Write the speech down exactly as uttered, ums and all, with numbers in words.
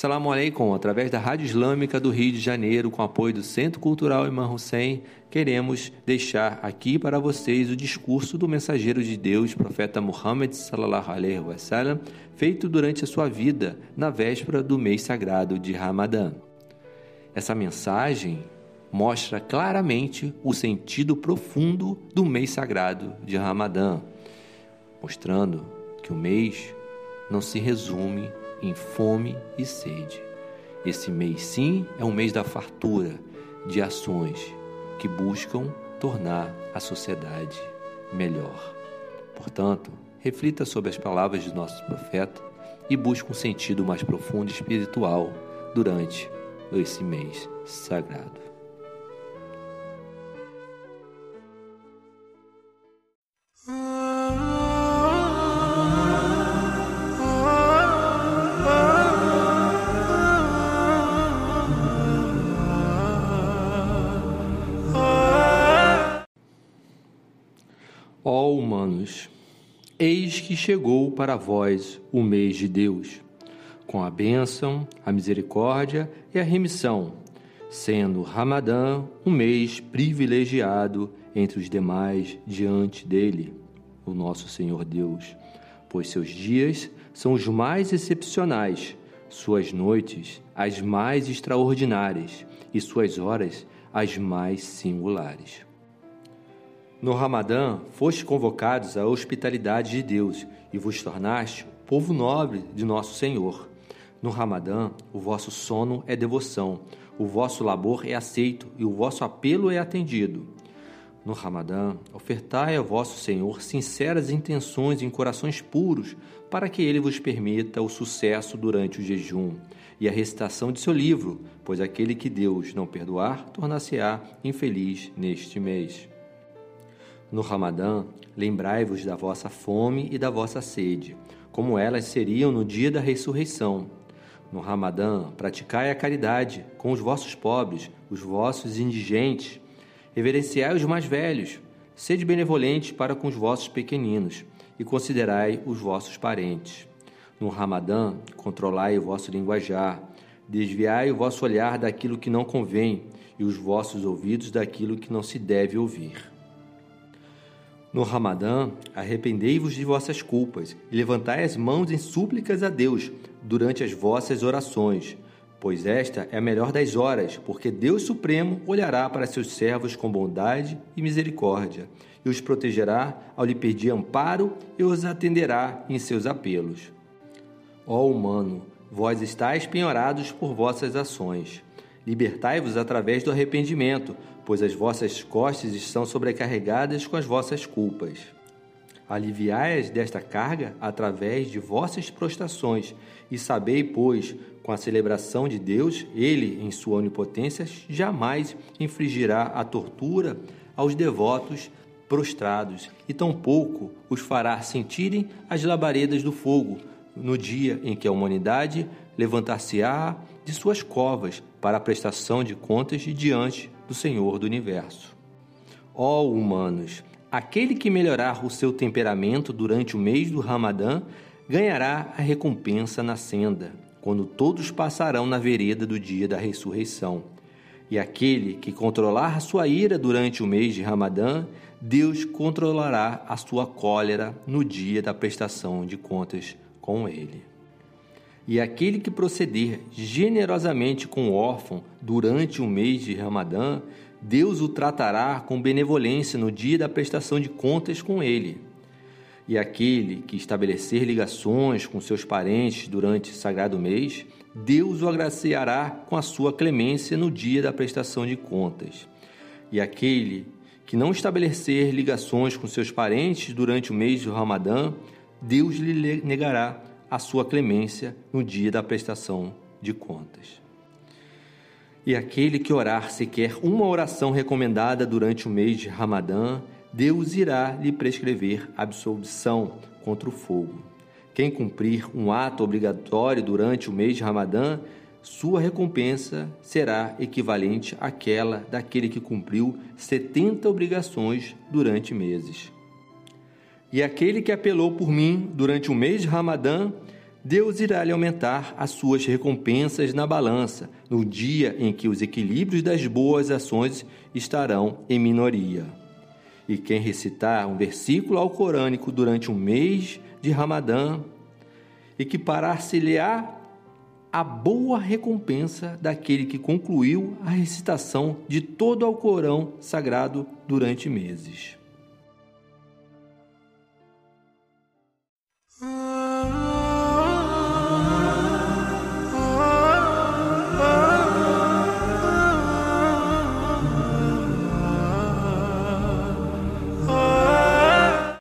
Assalamu alaikum, através da Rádio Islâmica do Rio de Janeiro, com apoio do Centro Cultural Imam Hussein, queremos deixar aqui para vocês o discurso do mensageiro de Deus, profeta Muhammad sallallahu alaihi wasallam, feito durante a sua vida, na véspera do mês sagrado de Ramadã. Essa mensagem mostra claramente o sentido profundo do mês sagrado de Ramadã, mostrando que o mês não se resume em fome e sede. Esse mês, sim, é um mês da fartura, de ações que buscam tornar a sociedade melhor. Portanto, reflita sobre as palavras de nosso profeta e busque um sentido mais profundo e espiritual durante esse mês sagrado. Ó humanos, eis que chegou para vós o mês de Deus, com a bênção, a misericórdia e a remissão, sendo Ramadã um mês privilegiado entre os demais diante dele, o nosso Senhor Deus, pois seus dias são os mais excepcionais, suas noites as mais extraordinárias e suas horas as mais singulares. No Ramadã, foste convocados à hospitalidade de Deus e vos tornaste povo nobre de nosso Senhor. No Ramadã, o vosso sono é devoção, o vosso labor é aceito e o vosso apelo é atendido. No Ramadã, ofertai ao vosso Senhor sinceras intenções em corações puros, para que Ele vos permita o sucesso durante o jejum e a recitação de seu livro, pois aquele que Deus não perdoar, tornar-se-á infeliz neste mês. No Ramadã, lembrai-vos da vossa fome e da vossa sede, como elas seriam no dia da ressurreição. No Ramadã, praticai a caridade com os vossos pobres, os vossos indigentes. Reverenciai os mais velhos, sede benevolentes para com os vossos pequeninos, e considerai os vossos parentes. No Ramadã, controlai o vosso linguajar, desviai o vosso olhar daquilo que não convém, e os vossos ouvidos daquilo que não se deve ouvir. No Ramadã, arrependei-vos de vossas culpas e levantai as mãos em súplicas a Deus durante as vossas orações, pois esta é a melhor das horas, porque Deus Supremo olhará para seus servos com bondade e misericórdia, e os protegerá ao lhe pedir amparo e os atenderá em seus apelos. Ó humano, vós estáis penhorados por vossas ações. Libertai-vos através do arrependimento, pois as vossas costas estão sobrecarregadas com as vossas culpas. Aliviai-as desta carga através de vossas prostrações, e sabei, pois, com a celebração de Deus, Ele, em sua onipotência, jamais infligirá a tortura aos devotos prostrados, e tampouco os fará sentirem as labaredas do fogo, no dia em que a humanidade levantar-se-á de suas covas para a prestação de contas diante do Senhor do Universo. Ó humanos, aquele que melhorar o seu temperamento durante o mês do Ramadã ganhará a recompensa na senda, quando todos passarão na vereda do dia da ressurreição. E aquele que controlar a sua ira durante o mês de Ramadã, Deus controlará a sua cólera no dia da prestação de contas com ele. E aquele que proceder generosamente com o órfão durante o mês de Ramadã, Deus o tratará com benevolência no dia da prestação de contas com ele. E aquele que estabelecer ligações com seus parentes durante o sagrado mês, Deus o agraciará com a sua clemência no dia da prestação de contas. E aquele que não estabelecer ligações com seus parentes durante o mês do Ramadã, Deus lhe negará a sua clemência no dia da prestação de contas. E aquele que orar sequer uma oração recomendada durante o mês de Ramadã, Deus irá lhe prescrever absolvição contra o fogo. Quem cumprir um ato obrigatório durante o mês de Ramadã, sua recompensa será equivalente àquela daquele que cumpriu setenta obrigações durante meses. E aquele que apelou por mim durante o mês de Ramadã, Deus irá lhe aumentar as suas recompensas na balança, no dia em que os equilíbrios das boas ações estarão em minoria. E quem recitar um versículo alcorânico durante um mês de Ramadã, equiparar-se-lhe-á a boa recompensa daquele que concluiu a recitação de todo o Alcorão sagrado durante meses.